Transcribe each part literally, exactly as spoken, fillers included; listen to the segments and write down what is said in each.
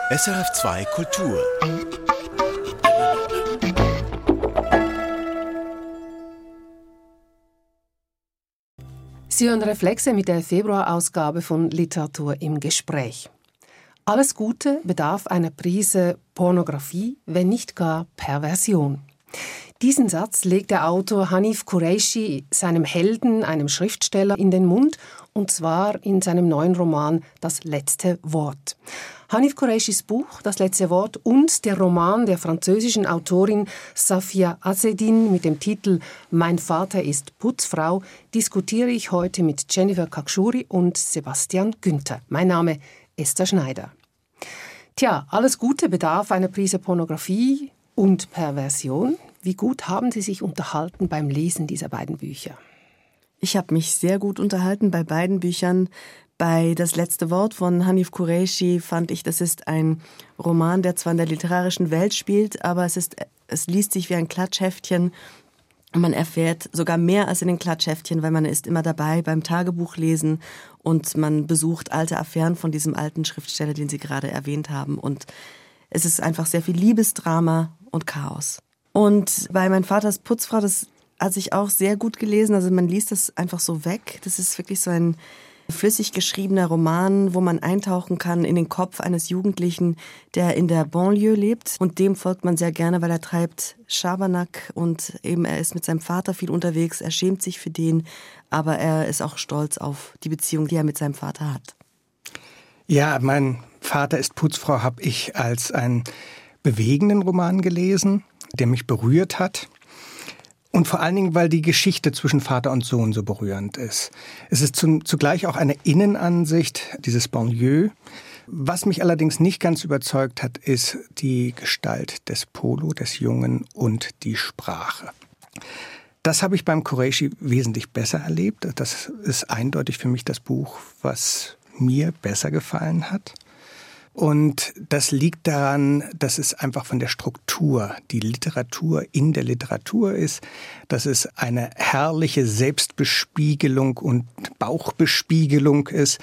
S R F zwei Kultur. Sie hören Reflexe mit der Februarausgabe von Literatur im Gespräch. Alles Gute bedarf einer Prise Pornografie, wenn nicht gar Perversion. Diesen Satz legt der Autor Hanif Kureishi seinem Helden, einem Schriftsteller, in den Mund, und zwar in seinem neuen Roman »Das letzte Wort«. Hanif Kureishis Buch »Das letzte Wort« und der Roman der französischen Autorin Safia Azedine mit dem Titel »Mein Vater ist Putzfrau« diskutiere ich heute mit Jennifer Kakshuri und Sebastian Günther. Mein Name Esther Schneider. Tja, alles Gute bedarf einer Prise Pornografie und Perversion. Wie gut haben Sie sich unterhalten beim Lesen dieser beiden Bücher? Ich habe mich sehr gut unterhalten bei beiden Büchern. Bei »Das letzte Wort« von Hanif Kureishi fand ich, das ist ein Roman, der zwar in der literarischen Welt spielt, aber es, ist, es liest sich wie ein Klatschheftchen. Man erfährt sogar mehr als in den Klatschheftchen, weil man ist immer dabei beim Tagebuchlesen und man besucht alte Affären von diesem alten Schriftsteller, den Sie gerade erwähnt haben. Und es ist einfach sehr viel Liebesdrama und Chaos. Und bei »Mein Vater ist Putzfrau«, das hat sich auch sehr gut gelesen. Also man liest das einfach so weg. Das ist wirklich so ein flüssig geschriebener Roman, wo man eintauchen kann in den Kopf eines Jugendlichen, der in der Banlieue lebt. Und dem folgt man sehr gerne, weil er treibt Schabernack und eben er ist mit seinem Vater viel unterwegs. Er schämt sich für den, aber er ist auch stolz auf die Beziehung, die er mit seinem Vater hat. Ja, »Mein Vater ist Putzfrau« habe ich als einen bewegenden Roman gelesen, der mich berührt hat. Und vor allen Dingen, weil die Geschichte zwischen Vater und Sohn so berührend ist. Es ist zum, zugleich auch eine Innenansicht dieses Banlieue. Was mich allerdings nicht ganz überzeugt hat, ist die Gestalt des Polo, des Jungen, und die Sprache. Das habe ich beim Kureishi wesentlich besser erlebt. Das ist eindeutig für mich das Buch, was mir besser gefallen hat. Und das liegt daran, dass es einfach von der Struktur, die Literatur in der Literatur ist, dass es eine herrliche Selbstbespiegelung und Bauchbespiegelung ist,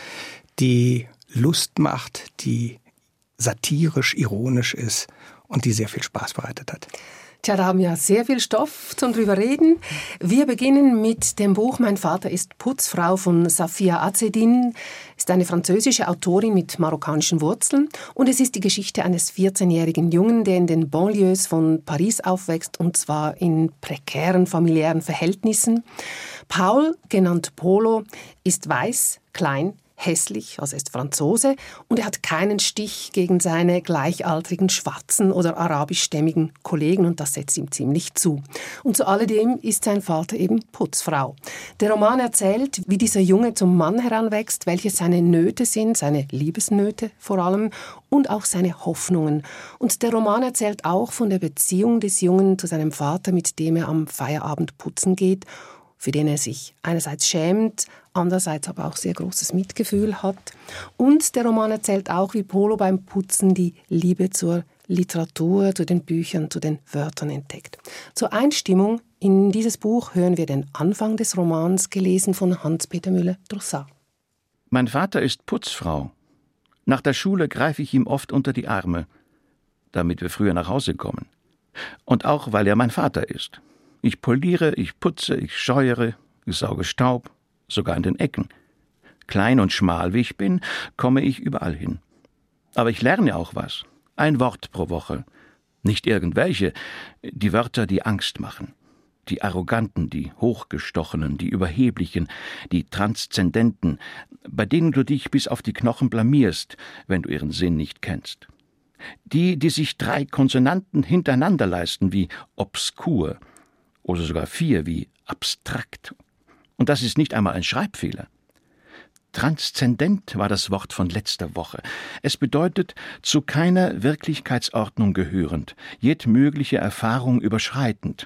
die Lust macht, die satirisch, ironisch ist und die sehr viel Spaß bereitet hat. Tja, da haben wir sehr viel Stoff zum drüber reden. Wir beginnen mit dem Buch »Mein Vater ist Putzfrau« von Safia Azedine. Ist eine französische Autorin mit marokkanischen Wurzeln. Und es ist die Geschichte eines vierzehnjährigen Jungen, der in den Banlieues von Paris aufwächst, und zwar in prekären familiären Verhältnissen. Paul, genannt Polo, ist weiß, klein, hässlich, also er ist Franzose, und er hat keinen Stich gegen seine gleichaltrigen schwarzen oder arabischstämmigen Kollegen, und das setzt ihm ziemlich zu. Und zu alledem ist sein Vater eben Putzfrau. Der Roman erzählt, wie dieser Junge zum Mann heranwächst, welche seine Nöte sind, seine Liebesnöte vor allem, und auch seine Hoffnungen. Und der Roman erzählt auch von der Beziehung des Jungen zu seinem Vater, mit dem er am Feierabend putzen geht, für den er sich einerseits schämt, andererseits aber auch sehr großes Mitgefühl hat. Und der Roman erzählt auch, wie Polo beim Putzen die Liebe zur Literatur, zu den Büchern, zu den Wörtern entdeckt. Zur Einstimmung in dieses Buch hören wir den Anfang des Romans, gelesen von Hans-Peter Müller-Drossard. Mein Vater ist Putzfrau. Nach der Schule greife ich ihm oft unter die Arme, damit wir früher nach Hause kommen. Und auch, weil er mein Vater ist. Ich poliere, ich putze, ich scheuere, ich sauge Staub, sogar in den Ecken. Klein und schmal wie ich bin, komme ich überall hin. Aber ich lerne auch was. Ein Wort pro Woche. Nicht irgendwelche, die Wörter, die Angst machen. Die Arroganten, die Hochgestochenen, die Überheblichen, die Transzendenten, bei denen du dich bis auf die Knochen blamierst, wenn du ihren Sinn nicht kennst. Die, die sich drei Konsonanten hintereinander leisten, wie obskur, oder sogar vier wie abstrakt. Und das ist nicht einmal ein Schreibfehler. Transzendent war das Wort von letzter Woche. Es bedeutet, zu keiner Wirklichkeitsordnung gehörend, jedmögliche Erfahrung überschreitend.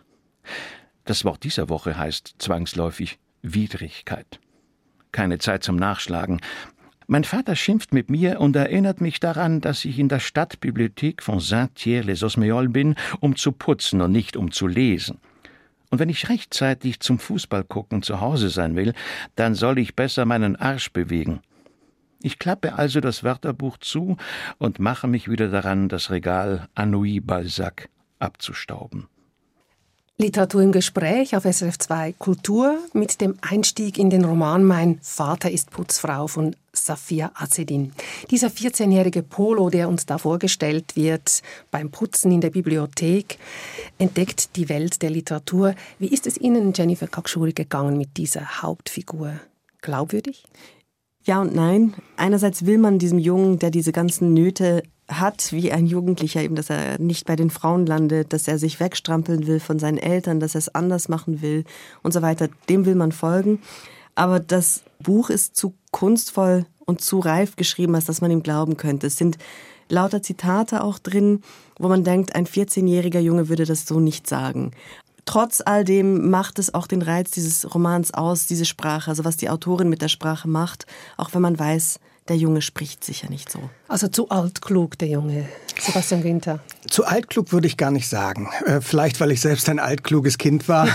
Das Wort dieser Woche heißt zwangsläufig Widrigkeit. Keine Zeit zum Nachschlagen. Mein Vater schimpft mit mir und erinnert mich daran, dass ich in der Stadtbibliothek von Saint-Thiers-les-Osméols bin, um zu putzen und nicht um zu lesen. Und wenn ich rechtzeitig zum Fußball gucken zu Hause sein will, dann soll ich besser meinen Arsch bewegen. Ich klappe also das Wörterbuch zu und mache mich wieder daran, das Regal Anouilh Balzac abzustauben. Literatur im Gespräch auf S R F zwei Kultur mit dem Einstieg in den Roman Mein Vater ist Putzfrau von Safia Azedin. Dieser vierzehnjährige Polo, der uns da vorgestellt wird beim Putzen in der Bibliothek, entdeckt die Welt der Literatur. Wie ist es Ihnen, Jennifer Kakschuri, gegangen mit dieser Hauptfigur? Glaubwürdig? Ja und nein. Einerseits will man diesem Jungen, der diese ganzen Nöte hat, wie ein Jugendlicher eben, dass er nicht bei den Frauen landet, dass er sich wegstrampeln will von seinen Eltern, dass er es anders machen will und so weiter, dem will man folgen. Aber das Buch ist zu kunstvoll und zu reif geschrieben, als dass man ihm glauben könnte. Es sind lauter Zitate auch drin, wo man denkt, ein vierzehnjähriger Junge würde das so nicht sagen. Trotz all dem macht es auch den Reiz dieses Romans aus, diese Sprache, also was die Autorin mit der Sprache macht, auch wenn man weiß, der Junge spricht sicher nicht so. Also zu altklug, der Junge. Sebastian Günther. Zu altklug würde ich gar nicht sagen. Äh, vielleicht, weil ich selbst ein altkluges Kind war.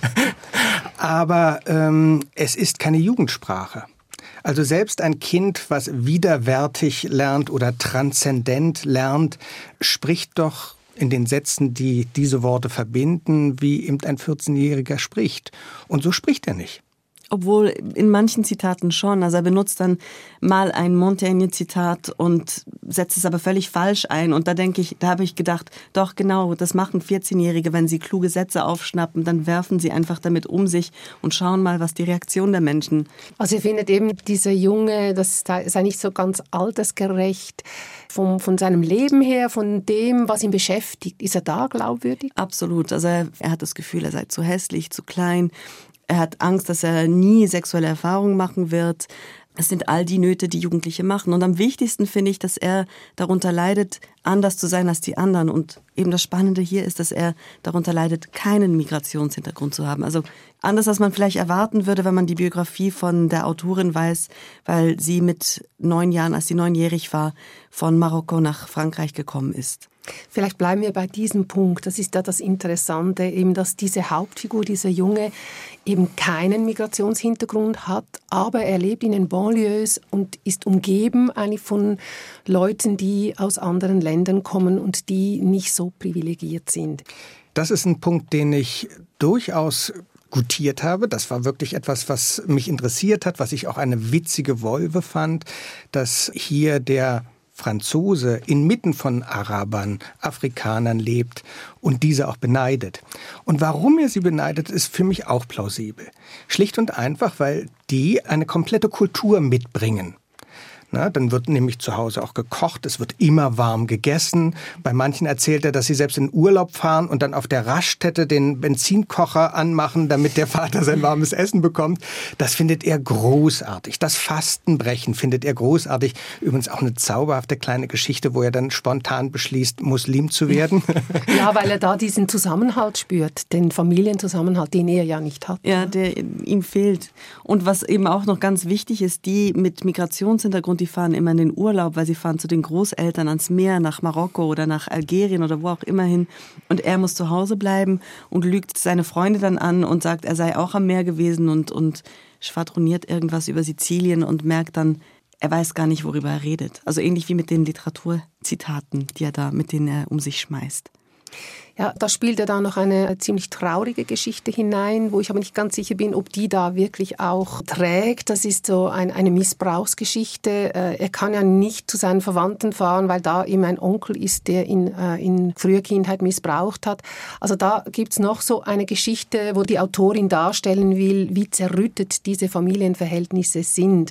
Aber ähm, es ist keine Jugendsprache. Also selbst ein Kind, was widerwärtig lernt oder transzendent lernt, spricht doch in den Sätzen, die diese Worte verbinden, wie eben ein vierzehnjähriger spricht. Und so spricht er nicht. Obwohl in manchen Zitaten schon. Also er benutzt dann mal ein Montaigne-Zitat und setzt es aber völlig falsch ein. Und da denke ich, da habe ich gedacht, doch genau, das machen vierzehnjährige, wenn sie kluge Sätze aufschnappen, dann werfen sie einfach damit um sich und schauen mal, was die Reaktion der Menschen. Also ihr findet eben, dieser Junge, das sei nicht so ganz altersgerecht. Vom, von seinem Leben her, von dem, was ihn beschäftigt, ist er da glaubwürdig? Absolut. Also er, er hat das Gefühl, er sei zu hässlich, zu klein. Er hat Angst, dass er nie sexuelle Erfahrungen machen wird. Es sind all die Nöte, die Jugendliche machen. Und am wichtigsten finde ich, dass er darunter leidet, anders zu sein als die anderen. Und eben das Spannende hier ist, dass er darunter leidet, keinen Migrationshintergrund zu haben. Also anders, als man vielleicht erwarten würde, wenn man die Biografie von der Autorin weiß, weil sie mit neun Jahren, als sie neunjährig war, von Marokko nach Frankreich gekommen ist. Vielleicht bleiben wir bei diesem Punkt. Das ist ja das Interessante, eben, dass diese Hauptfigur, dieser Junge, eben keinen Migrationshintergrund hat, aber er lebt in den Banlieues und ist umgeben eigentlich von Leuten, die aus anderen Ländern kommen und die nicht so privilegiert sind. Das ist ein Punkt, den ich durchaus gutiert habe. Das war wirklich etwas, was mich interessiert hat, was ich auch eine witzige Volve fand, dass hier der Franzose inmitten von Arabern, Afrikanern lebt und diese auch beneidet. Und warum er sie beneidet, ist für mich auch plausibel. Schlicht und einfach, weil die eine komplette Kultur mitbringen. Na, dann wird nämlich zu Hause auch gekocht, es wird immer warm gegessen. Bei manchen erzählt er, dass sie selbst in Urlaub fahren und dann auf der Raststätte den Benzinkocher anmachen, damit der Vater sein warmes Essen bekommt. Das findet er großartig. Das Fastenbrechen findet er großartig. Übrigens auch eine zauberhafte kleine Geschichte, wo er dann spontan beschließt, Muslim zu werden. Ja, weil er da diesen Zusammenhalt spürt, den Familienzusammenhalt, den er ja nicht hat. Ja, der ihm fehlt. Und was eben auch noch ganz wichtig ist, die mit Migrationshintergrund, die fahren immer in den Urlaub, weil sie fahren zu den Großeltern ans Meer, nach Marokko oder nach Algerien oder wo auch immer hin. Und er muss zu Hause bleiben und lügt seine Freunde dann an und sagt, er sei auch am Meer gewesen und, und schwadroniert irgendwas über Sizilien und merkt dann, er weiß gar nicht, worüber er redet. Also ähnlich wie mit den Literaturzitaten, die er da, mit denen er um sich schmeißt. Ja, da spielt er da noch eine ziemlich traurige Geschichte hinein, wo ich aber nicht ganz sicher bin, ob die da wirklich auch trägt. Das ist so ein, eine Missbrauchsgeschichte. Er kann ja nicht zu seinen Verwandten fahren, weil da ihm ein Onkel ist, der ihn in früher Kindheit missbraucht hat. Also da gibt's noch so eine Geschichte, wo die Autorin darstellen will, wie zerrüttet diese Familienverhältnisse sind.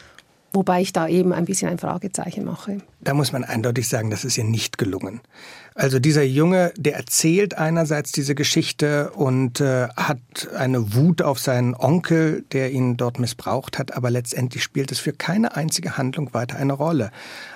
Wobei ich da eben ein bisschen ein Fragezeichen mache. Da muss man eindeutig sagen, das ist ihr nicht gelungen. Also dieser Junge, der erzählt einerseits diese Geschichte und äh, hat eine Wut auf seinen Onkel, der ihn dort missbraucht hat, aber letztendlich spielt es für keine einzige Handlung weiter eine Rolle.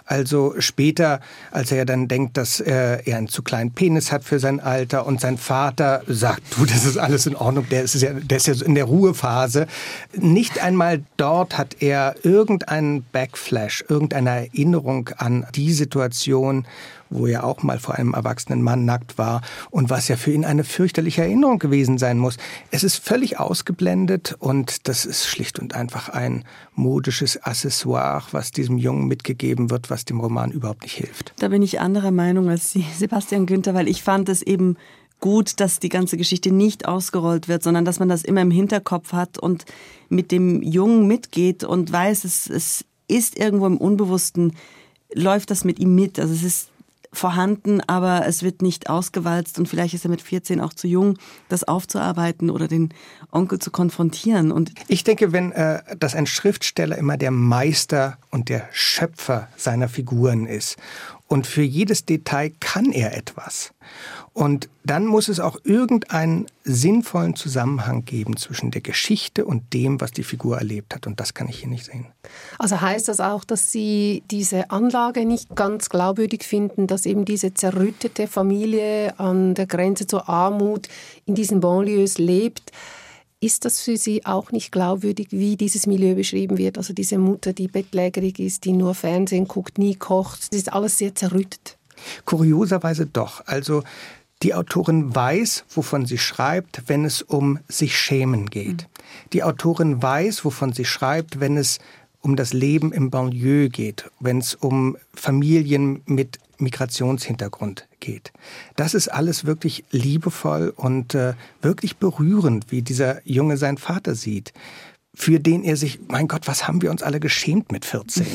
Also später, als er dann denkt, dass äh, er einen zu kleinen Penis hat für sein Alter und sein Vater sagt, du, das ist alles in Ordnung, der ist ja, der ist ja in der Ruhephase. Nicht einmal dort hat er irgendeinen Backflash, irgendeine Erinnerung an die Situation, wo er auch mal vor einem erwachsenen Mann nackt war und was ja für ihn eine fürchterliche Erinnerung gewesen sein muss. Es ist völlig ausgeblendet und das ist schlicht und einfach ein modisches Accessoire, was diesem Jungen mitgegeben wird, was dem Roman überhaupt nicht hilft. Da bin ich anderer Meinung als Sie, Sebastian Günther, weil ich fand es eben gut, dass die ganze Geschichte nicht ausgerollt wird, sondern dass man das immer im Hinterkopf hat und mit dem Jungen mitgeht und weiß, es, es ist irgendwo im Unbewussten, läuft das mit ihm mit. Also es ist vorhanden, aber es wird nicht ausgewalzt und vielleicht ist er mit vierzehn auch zu jung, das aufzuarbeiten oder den Onkel zu konfrontieren. Und ich denke, wenn äh, dass ein Schriftsteller immer der Meister und der Schöpfer seiner Figuren ist und für jedes Detail kann er etwas. Und dann muss es auch irgendeinen sinnvollen Zusammenhang geben zwischen der Geschichte und dem, was die Figur erlebt hat. Und das kann ich hier nicht sehen. Also heißt das auch, dass Sie diese Anlage nicht ganz glaubwürdig finden, dass eben diese zerrüttete Familie an der Grenze zur Armut in diesen Banlieues lebt? Ist das für Sie auch nicht glaubwürdig, wie dieses Milieu beschrieben wird? Also diese Mutter, die bettlägerig ist, die nur Fernsehen guckt, nie kocht. Das ist alles sehr zerrüttet. Kurioserweise doch. Also die Autorin weiß, wovon sie schreibt, wenn es um sich schämen geht. Mhm. Die Autorin weiß, wovon sie schreibt, wenn es um das Leben im Banlieue geht, wenn es um Familien mit Migrationshintergrund geht. Das ist alles wirklich liebevoll und äh, wirklich berührend, wie dieser Junge seinen Vater sieht, für den er sich, mein Gott, was haben wir uns alle geschämt mit vierzehn?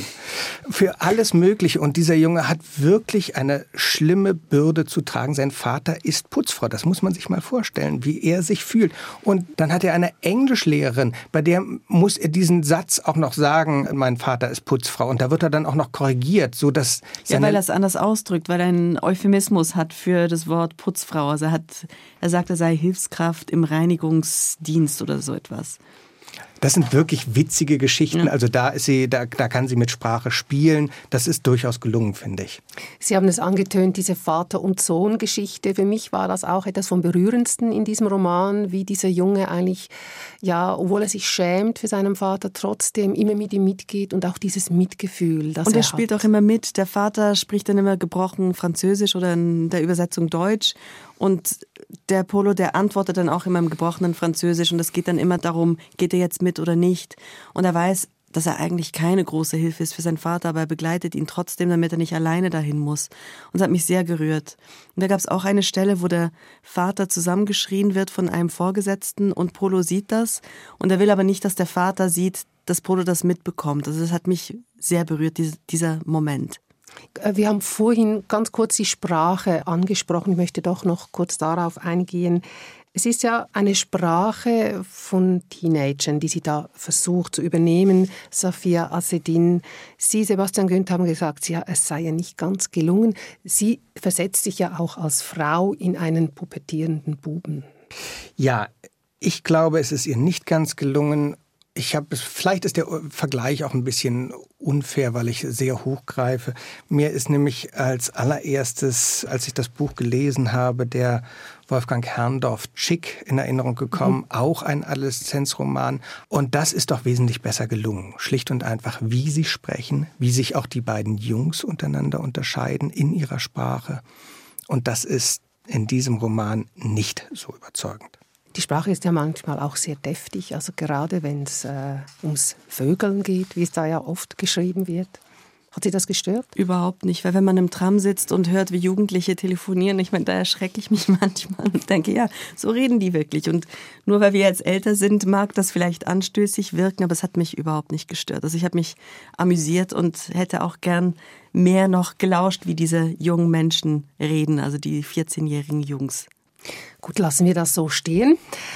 Für alles Mögliche. Und dieser Junge hat wirklich eine schlimme Bürde zu tragen. Sein Vater ist Putzfrau. Das muss man sich mal vorstellen, wie er sich fühlt. Und dann hat er eine Englischlehrerin, bei der muss er diesen Satz auch noch sagen, mein Vater ist Putzfrau. Und da wird er dann auch noch korrigiert, so dass ja, weil er es anders ausdrückt, weil er einen Euphemismus hat für das Wort Putzfrau. Also er hat, er sagt, er sei Hilfskraft im Reinigungsdienst oder so etwas. Das sind wirklich witzige Geschichten. Ja. Also da ist sie, da, da kann sie mit Sprache spielen. Das ist durchaus gelungen, finde ich. Sie haben es angetönt, diese Vater- und Sohn-Geschichte. Für mich war das auch etwas vom Berührendsten in diesem Roman, wie dieser Junge eigentlich, ja, obwohl er sich schämt für seinen Vater, trotzdem immer mit ihm mitgeht und auch dieses Mitgefühl, das und er, er spielt hat. auch immer mit. Der Vater spricht dann immer gebrochen Französisch oder in der Übersetzung Deutsch. Und der Polo, der antwortet dann auch immer im gebrochenen Französisch. Und es geht dann immer darum, geht er jetzt mit oder nicht. Und er weiß, dass er eigentlich keine große Hilfe ist für seinen Vater, aber er begleitet ihn trotzdem, damit er nicht alleine dahin muss. Und das hat mich sehr gerührt. Und da gab es auch eine Stelle, wo der Vater zusammengeschrien wird von einem Vorgesetzten und Polo sieht das. Und er will aber nicht, dass der Vater sieht, dass Polo das mitbekommt. Also das hat mich sehr berührt, dieser Moment. Wir haben vorhin ganz kurz die Sprache angesprochen. Ich möchte doch noch kurz darauf eingehen. Es ist ja eine Sprache von Teenagern, die sie da versucht zu übernehmen. Safia Azedin, Sie, Sebastian Günther, haben gesagt, ja, es sei ja nicht ganz gelungen. Sie versetzt sich ja auch als Frau in einen pubertierenden Buben. Ja, ich glaube, es ist ihr nicht ganz gelungen. Ich habe, vielleicht ist der Vergleich auch ein bisschen unfair, weil ich sehr hochgreife. Mir ist nämlich als allererstes, als ich das Buch gelesen habe, der Wolfgang Herrndorf Chick in Erinnerung gekommen, mhm. auch ein Adoleszenzroman. Und das ist doch wesentlich besser gelungen. Schlicht und einfach, wie sie sprechen, wie sich auch die beiden Jungs untereinander unterscheiden in ihrer Sprache. Und das ist in diesem Roman nicht so überzeugend. Die Sprache ist ja manchmal auch sehr deftig, also gerade wenn es äh, ums Vögeln geht, wie es da ja oft geschrieben wird. Hat Sie das gestört? Überhaupt nicht, weil wenn man im Tram sitzt und hört, wie Jugendliche telefonieren, ich meine, da erschrecke ich mich manchmal und denke, ja, so reden die wirklich. Und nur weil wir jetzt älter sind, mag das vielleicht anstößig wirken, aber es hat mich überhaupt nicht gestört. Also ich habe mich amüsiert und hätte auch gern mehr noch gelauscht, wie diese jungen Menschen reden, also die vierzehnjährigen Jungs. Gut, lassen wir das so stehen.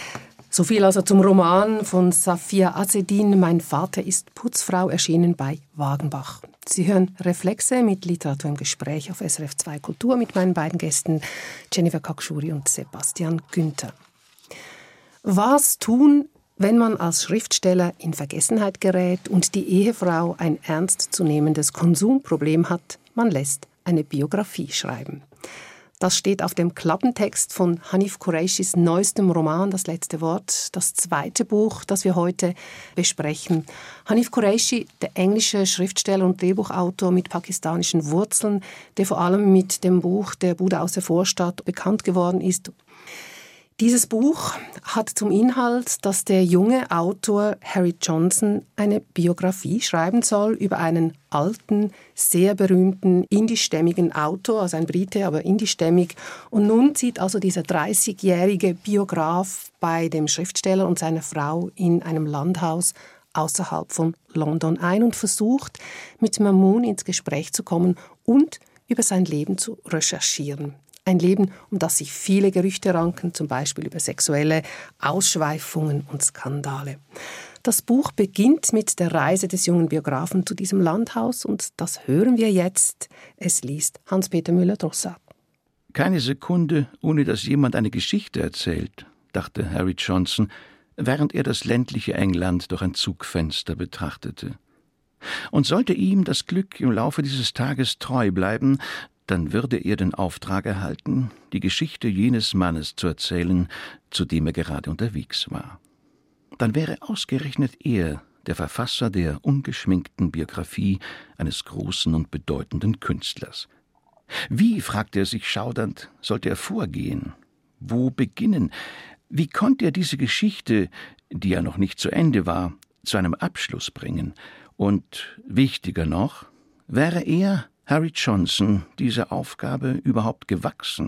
So viel also zum Roman von Safia Azedin, Mein Vater ist Putzfrau, erschienen bei Wagenbach. Sie hören Reflexe mit Literatur im Gespräch auf S R F zwei Kultur mit meinen beiden Gästen Jennifer Kakschuri und Sebastian Günther. Was tun, Wenn man als Schriftsteller in Vergessenheit gerät und die Ehefrau ein ernstzunehmendes Konsumproblem hat, man lässt eine Biografie schreiben. Das steht auf dem Klappentext von Hanif Qureishis neuestem Roman »Das letzte Wort«, das zweite Buch, das wir heute besprechen. Hanif Qureishi, der englische Schriftsteller und Drehbuchautor mit pakistanischen Wurzeln, der vor allem mit dem Buch »Der Bude aus der Vorstadt« bekannt geworden ist. Dieses Buch hat zum Inhalt, dass der junge Autor Harry Johnson eine Biografie schreiben soll über einen alten, sehr berühmten indischstämmigen Autor, also ein Brite, aber indischstämmig. Und nun zieht also dieser dreißigjährige Biograf bei dem Schriftsteller und seiner Frau in einem Landhaus außerhalb von London ein und versucht, mit Mamoon ins Gespräch zu kommen und über sein Leben zu recherchieren. Ein Leben, um das sich viele Gerüchte ranken, zum Beispiel über sexuelle Ausschweifungen und Skandale. Das Buch beginnt mit der Reise des jungen Biografen zu diesem Landhaus und das hören wir jetzt. Es liest Hans-Peter Müller-Drossat. Keine Sekunde, ohne dass jemand eine Geschichte erzählt, dachte Harry Johnson, während er das ländliche England durch ein Zugfenster betrachtete. Und sollte ihm das Glück im Laufe dieses Tages treu bleiben, dann würde er den Auftrag erhalten, die Geschichte jenes Mannes zu erzählen, zu dem er gerade unterwegs war. Dann wäre ausgerechnet er der Verfasser der ungeschminkten Biografie eines großen und bedeutenden Künstlers. Wie, fragte er sich schaudernd, sollte er vorgehen? Wo beginnen? Wie konnte er diese Geschichte, die ja noch nicht zu Ende war, zu einem Abschluss bringen? Und wichtiger noch, wäre er, Harry Johnson, diese Aufgabe überhaupt gewachsen?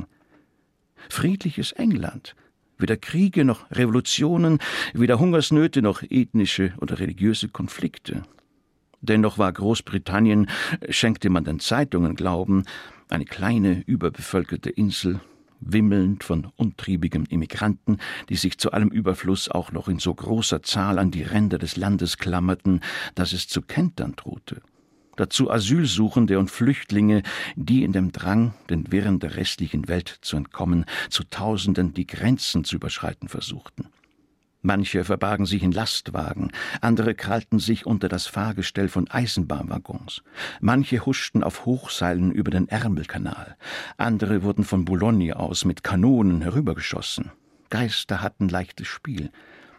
Friedliches England, weder Kriege noch Revolutionen, weder Hungersnöte noch ethnische oder religiöse Konflikte. Dennoch war Großbritannien, schenkte man den Zeitungen Glauben, eine kleine, überbevölkerte Insel, wimmelnd von untriebigen Immigranten, die sich zu allem Überfluss auch noch in so großer Zahl an die Ränder des Landes klammerten, dass es zu kentern drohte. Dazu Asylsuchende und Flüchtlinge, die in dem Drang, den Wirren der restlichen Welt zu entkommen, zu Tausenden die Grenzen zu überschreiten versuchten. Manche verbargen sich in Lastwagen, andere krallten sich unter das Fahrgestell von Eisenbahnwaggons. Manche huschten auf Hochseilen über den Ärmelkanal, andere wurden von Boulogne aus mit Kanonen herübergeschossen. Geister hatten leichtes Spiel.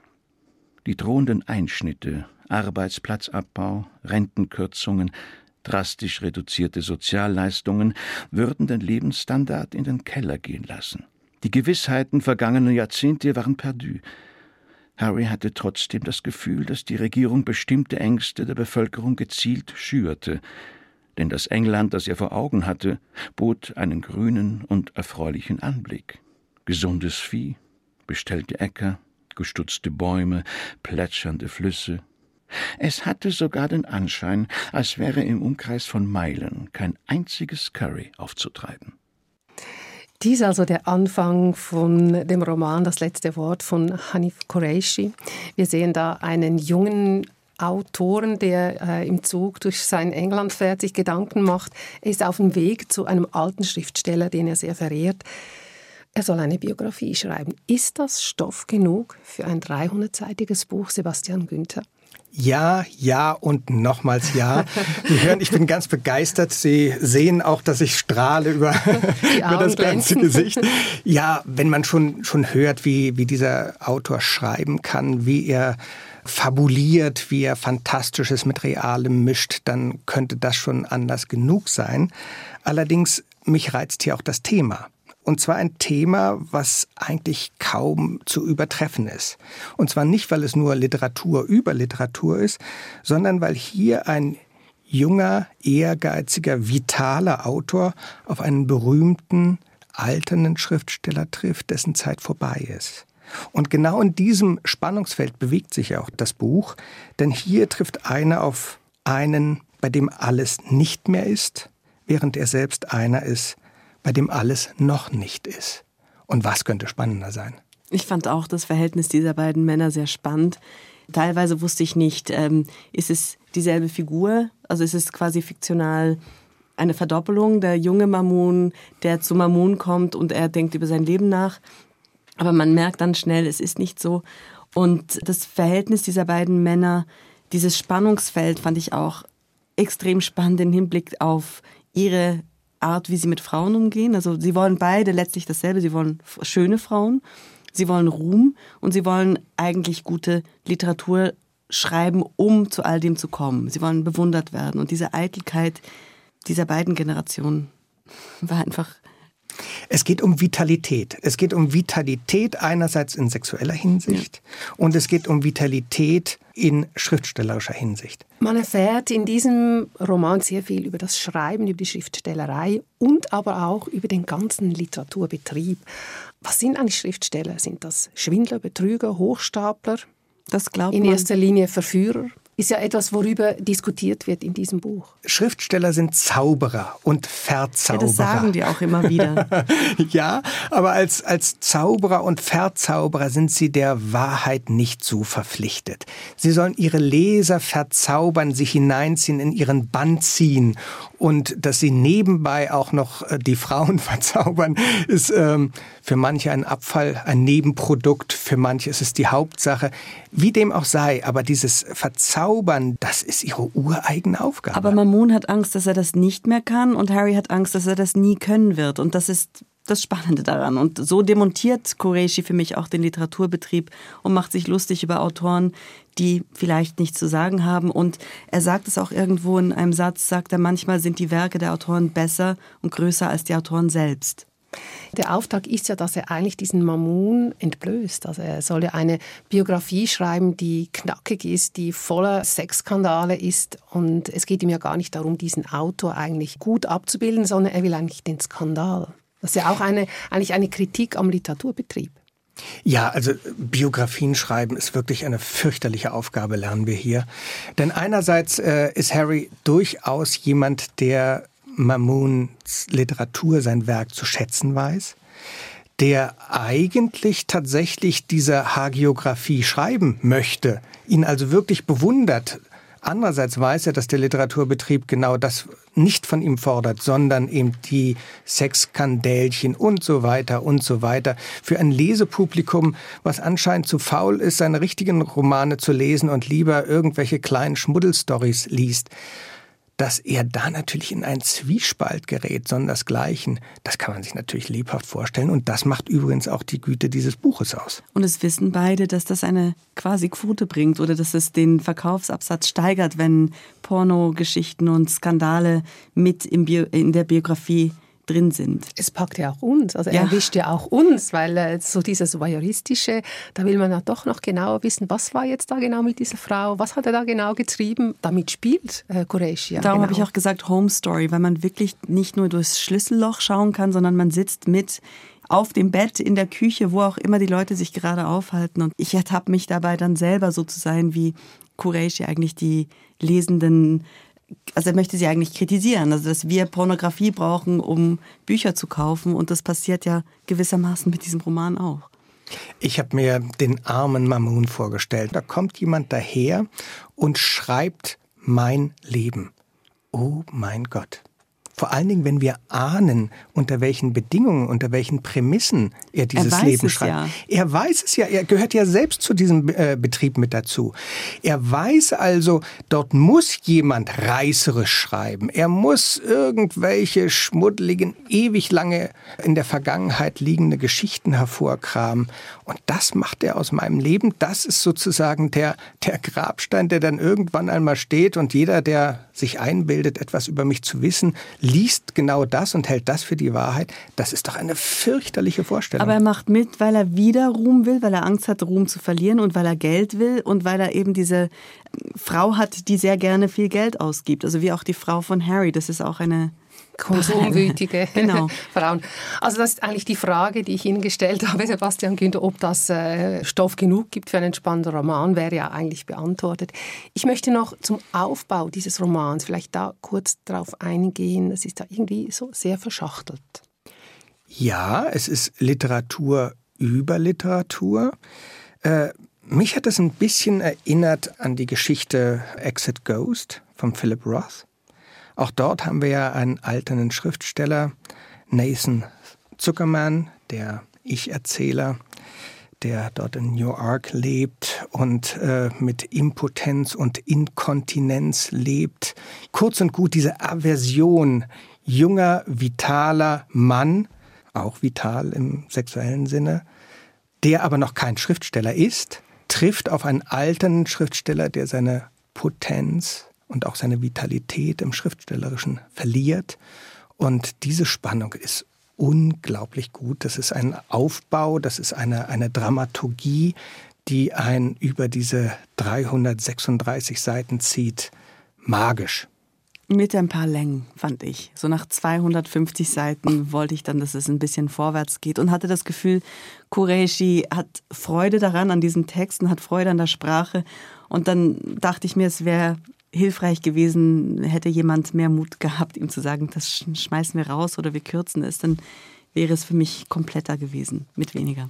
Die drohenden Einschnitte, Arbeitsplatzabbau, Rentenkürzungen, drastisch reduzierte Sozialleistungen würden den Lebensstandard in den Keller gehen lassen. Die Gewissheiten vergangener Jahrzehnte waren perdu. Harry hatte trotzdem das Gefühl, dass die Regierung bestimmte Ängste der Bevölkerung gezielt schürte. Denn das England, das er vor Augen hatte, bot einen grünen und erfreulichen Anblick. Gesundes Vieh, bestellte Äcker, gestutzte Bäume, plätschernde Flüsse. Es hatte sogar den Anschein, als wäre im Umkreis von Meilen kein einziges Curry aufzutreiben. Dies also der Anfang von dem Roman »Das letzte Wort« von Hanif Qureishi. Wir sehen da einen jungen Autoren, der äh, im Zug durch sein England fährt, sich Gedanken macht. Er ist auf dem Weg zu einem alten Schriftsteller, den er sehr verehrt. Er soll eine Biografie schreiben. Ist das Stoff genug für ein dreihundertseitiges Buch, Sebastian Günther? Ja, ja und nochmals ja. Sie hören, ich bin ganz begeistert. Sie sehen auch, dass ich strahle über, über das ganze Gesicht. Ja, wenn man schon, schon hört, wie, wie dieser Autor schreiben kann, wie er fabuliert, wie er Fantastisches mit Realem mischt, dann könnte das schon Anlass genug sein. Allerdings, mich reizt hier auch das Thema. Und zwar ein Thema, was eigentlich kaum zu übertreffen ist. Und zwar nicht, weil es nur Literatur über Literatur ist, sondern weil hier ein junger, ehrgeiziger, vitaler Autor auf einen berühmten, alternden Schriftsteller trifft, dessen Zeit vorbei ist. Und genau in diesem Spannungsfeld bewegt sich auch das Buch, denn hier trifft einer auf einen, bei dem alles nicht mehr ist, während er selbst einer ist, bei dem alles noch nicht ist. Und was könnte spannender sein? Ich fand auch das Verhältnis dieser beiden Männer sehr spannend. Teilweise wusste ich nicht, ähm, ist es dieselbe Figur? Also ist es quasi fiktional eine Verdoppelung, der junge Mamoon, der zu Mamoon kommt und er denkt über sein Leben nach. Aber man merkt dann schnell, es ist nicht so. Und das Verhältnis dieser beiden Männer, dieses Spannungsfeld fand ich auch extrem spannend im Hinblick auf ihre Art, wie sie mit Frauen umgehen. Also sie wollen beide letztlich dasselbe. Sie wollen schöne Frauen, sie wollen Ruhm und sie wollen eigentlich gute Literatur schreiben, um zu all dem zu kommen. Sie wollen bewundert werden. Und diese Eitelkeit dieser beiden Generationen war einfach... Es geht um Vitalität. Es geht um Vitalität einerseits in sexueller Hinsicht ja. und es geht um Vitalität in schriftstellerischer Hinsicht. Man erfährt in diesem Roman sehr viel über das Schreiben, über die Schriftstellerei und aber auch über den ganzen Literaturbetrieb. Was sind eigentlich Schriftsteller? Sind das Schwindler, Betrüger, Hochstapler? Das glaubt in man. erster Linie Verführer? Ist ja etwas, worüber diskutiert wird in diesem Buch. Schriftsteller sind Zauberer und Verzauberer. Ja, das sagen die auch immer wieder. Ja, aber als, als Zauberer und Verzauberer sind sie der Wahrheit nicht so verpflichtet. Sie sollen ihre Leser verzaubern, sich hineinziehen, in ihren Bann ziehen. Und dass sie nebenbei auch noch die Frauen verzaubern, ist ähm, für manche ein Abfall, ein Nebenprodukt. Für manche ist es die Hauptsache. Wie dem auch sei, aber dieses Verzaubern, das ist ihre ureigene Aufgabe. Aber Mamoun hat Angst, dass er das nicht mehr kann und Harry hat Angst, dass er das nie können wird. Und das ist das Spannende daran. Und so demontiert Qureshi für mich auch den Literaturbetrieb und macht sich lustig über Autoren, die vielleicht nichts zu sagen haben. Und er sagt es auch irgendwo in einem Satz, sagt er, manchmal sind die Werke der Autoren besser und größer als die Autoren selbst. Der Auftrag ist ja, dass er eigentlich diesen Mamoun entblößt. Also er soll ja eine Biografie schreiben, die knackig ist, die voller Sexskandale ist. Und es geht ihm ja gar nicht darum, diesen Autor eigentlich gut abzubilden, sondern er will eigentlich den Skandal. Das ist ja auch eine, eigentlich eine Kritik am Literaturbetrieb. Ja, also Biografien schreiben ist wirklich eine fürchterliche Aufgabe, lernen wir hier. Denn einerseits äh, ist Harry durchaus jemand, der Mamouns Literatur, sein Werk zu schätzen weiß, der eigentlich tatsächlich diese Hagiografie schreiben möchte, ihn also wirklich bewundert. Andererseits weiß er, dass der Literaturbetrieb genau das nicht von ihm fordert, sondern eben die Sexskandälchen und so weiter und so weiter. Für ein Lesepublikum, was anscheinend zu faul ist, seine richtigen Romane zu lesen und lieber irgendwelche kleinen Schmuddelstories liest, dass er da natürlich in einen Zwiespalt gerät, sondersgleichen, das kann man sich natürlich lebhaft vorstellen. Und das macht übrigens auch die Güte dieses Buches aus. Und es wissen beide, dass das eine quasi Quote bringt oder dass es den Verkaufsabsatz steigert, wenn Pornogeschichten und Skandale mit im Bio, in der Biografie drin sind. Es packt ja auch uns, also ja. er erwischt ja auch uns, weil äh, so dieses Voyeuristische, da will man ja doch noch genauer wissen, was war jetzt da genau mit dieser Frau, was hat er da genau getrieben, damit spielt äh, Qureshi. Ja, Darum genau. habe ich auch gesagt Home Story, weil man wirklich nicht nur durchs Schlüsselloch schauen kann, sondern man sitzt mit auf dem Bett, in der Küche, wo auch immer die Leute sich gerade aufhalten. Und ich ertappe mich dabei dann selber so zu sein, wie Qureshi eigentlich die Lesenden, also er möchte sie eigentlich kritisieren, also dass wir Pornografie brauchen, um Bücher zu kaufen und das passiert ja gewissermaßen mit diesem Roman auch. Ich habe mir den armen Mamoun vorgestellt. Da kommt jemand daher und schreibt mein Leben. Oh mein Gott. Vor allen Dingen, wenn wir ahnen, unter welchen Bedingungen, unter welchen Prämissen er dieses er weiß Leben es schreibt. Ja. Er weiß es ja, er gehört ja selbst zu diesem äh, Betrieb mit dazu. Er weiß also, dort muss jemand reißerisch schreiben. Er muss irgendwelche schmuddeligen, ewig lange in der Vergangenheit liegende Geschichten hervorkramen. Und das macht er aus meinem Leben. Das ist sozusagen der, der Grabstein, der dann irgendwann einmal steht. Und jeder, der sich einbildet, etwas über mich zu wissen, liest genau das und hält das für die Wahrheit. Das ist doch eine fürchterliche Vorstellung. Aber er macht mit, weil er wieder Ruhm will, weil er Angst hat, Ruhm zu verlieren und weil er Geld will und weil er eben diese Frau hat, die sehr gerne viel Geld ausgibt. Also wie auch die Frau von Harry. Das ist auch eine konsumwütige genau. Frauen. Also das ist eigentlich die Frage, die ich Ihnen gestellt habe, Sebastian Günther, ob das äh, Stoff genug gibt für einen spannenden Roman, wäre ja eigentlich beantwortet. Ich möchte noch zum Aufbau dieses Romans vielleicht da kurz drauf eingehen. Es ist da irgendwie so sehr verschachtelt. Ja, es ist Literatur über Literatur. Äh, mich hat es ein bisschen erinnert an die Geschichte Exit Ghost von Philip Roth. Auch dort haben wir ja einen alternden Schriftsteller, Nathan Zuckerman, der Ich-Erzähler, der dort in Newark lebt und äh, mit Impotenz und Inkontinenz lebt. Kurz und gut diese Aversion, junger, vitaler Mann, auch vital im sexuellen Sinne, der aber noch kein Schriftsteller ist, trifft auf einen alten Schriftsteller, der seine Potenz und auch seine Vitalität im Schriftstellerischen verliert. Und diese Spannung ist unglaublich gut. Das ist ein Aufbau, das ist eine, eine Dramaturgie, die einen über diese dreihundertsechsunddreißig Seiten zieht. Magisch. Mit ein paar Längen, fand ich. So nach zweihundertfünfzig Seiten wollte ich dann, dass es ein bisschen vorwärts geht und hatte das Gefühl, Qureshi hat Freude daran, an diesem Text und hat Freude an der Sprache. Und dann dachte ich mir, es wäre hilfreich gewesen, hätte jemand mehr Mut gehabt, ihm zu sagen, das schmeißen wir raus oder wir kürzen es. Dann wäre es für mich kompletter gewesen, mit weniger.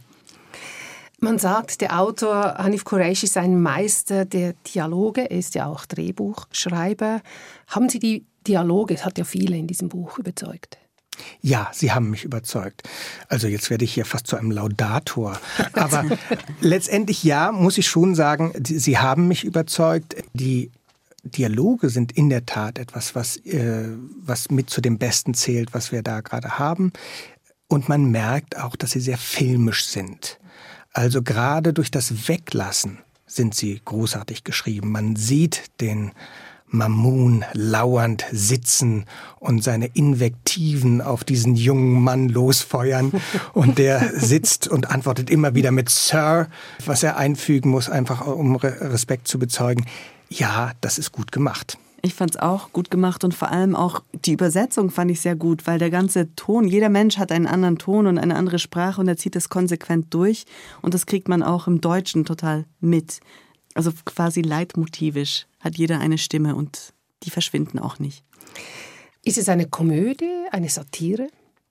Man sagt, der Autor Hanif Qureshi ist ein Meister der Dialoge. Er ist ja auch Drehbuchschreiber. Haben Sie die Dialoge, es hat ja viele in diesem Buch, überzeugt? Ja, Sie haben mich überzeugt. Also jetzt werde ich hier fast zu einem Laudator. Aber letztendlich ja, muss ich schon sagen, Sie haben mich überzeugt. Die Dialoge sind in der Tat etwas, was, äh, was mit zu dem Besten zählt, was wir da gerade haben. Und man merkt auch, dass sie sehr filmisch sind. Also gerade durch das Weglassen sind sie großartig geschrieben. Man sieht den Mamun lauernd sitzen und seine Invektiven auf diesen jungen Mann losfeuern. Und der sitzt und antwortet immer wieder mit Sir, was er einfügen muss, einfach um Respekt zu bezeugen. Ja, das ist gut gemacht. Ich fand es auch gut gemacht und vor allem auch die Übersetzung fand ich sehr gut, weil der ganze Ton, jeder Mensch hat einen anderen Ton und eine andere Sprache und er zieht das konsequent durch und das kriegt man auch im Deutschen total mit. Also quasi leitmotivisch hat jeder eine Stimme und die verschwinden auch nicht. Ist es eine Komödie, eine Satire?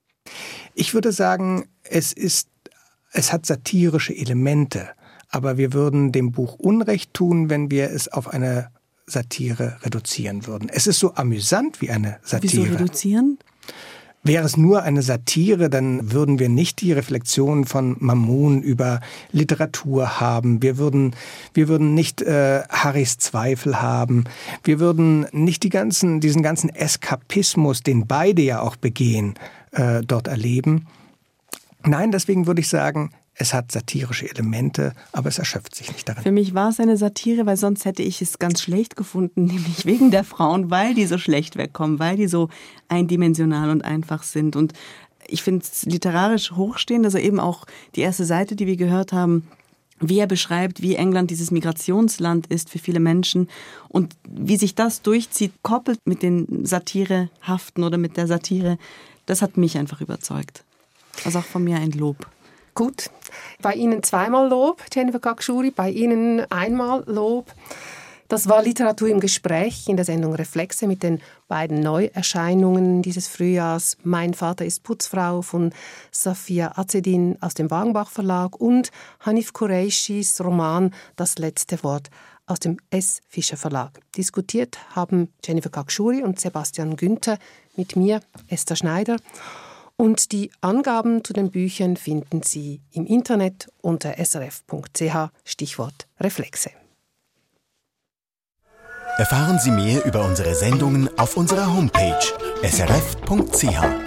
Ich würde sagen, es ist, es hat satirische Elemente, aber wir würden dem Buch Unrecht tun, wenn wir es auf eine Satire reduzieren würden. Es ist so amüsant wie eine Satire. Wieso reduzieren? Wäre es nur eine Satire, dann würden wir nicht die Reflexion von Mamun über Literatur haben. Wir würden, wir würden nicht äh, Harrys Zweifel haben. Wir würden nicht die ganzen, diesen ganzen Eskapismus, den beide ja auch begehen, äh, dort erleben. Nein, deswegen würde ich sagen, es hat satirische Elemente, aber es erschöpft sich nicht darin. Für mich war es eine Satire, weil sonst hätte ich es ganz schlecht gefunden, nämlich wegen der Frauen, weil die so schlecht wegkommen, weil die so eindimensional und einfach sind. Und ich finde es literarisch hochstehend, also eben auch die erste Seite, die wir gehört haben, wie er beschreibt, wie England dieses Migrationsland ist für viele Menschen und wie sich das durchzieht, koppelt mit den Satirehaften oder mit der Satire, das hat mich einfach überzeugt. Also auch von mir ein Lob. Gut. Bei Ihnen zweimal Lob, Jennifer Khakshouri, bei Ihnen einmal Lob. Das war Literatur im Gespräch in der Sendung Reflexe mit den beiden Neuerscheinungen dieses Frühjahrs. Mein Vater ist Putzfrau von Safia Azedin aus dem Wagenbach Verlag und Hanif Qureishis Roman Das letzte Wort aus dem S. Fischer Verlag. Diskutiert haben Jennifer Khakshouri und Sebastian Günther mit mir, Esther Schneider. Und die Angaben zu den Büchern finden Sie im Internet unter s r f punkt c h, Stichwort Reflexe. Erfahren Sie mehr über unsere Sendungen auf unserer Homepage s r f punkt c h.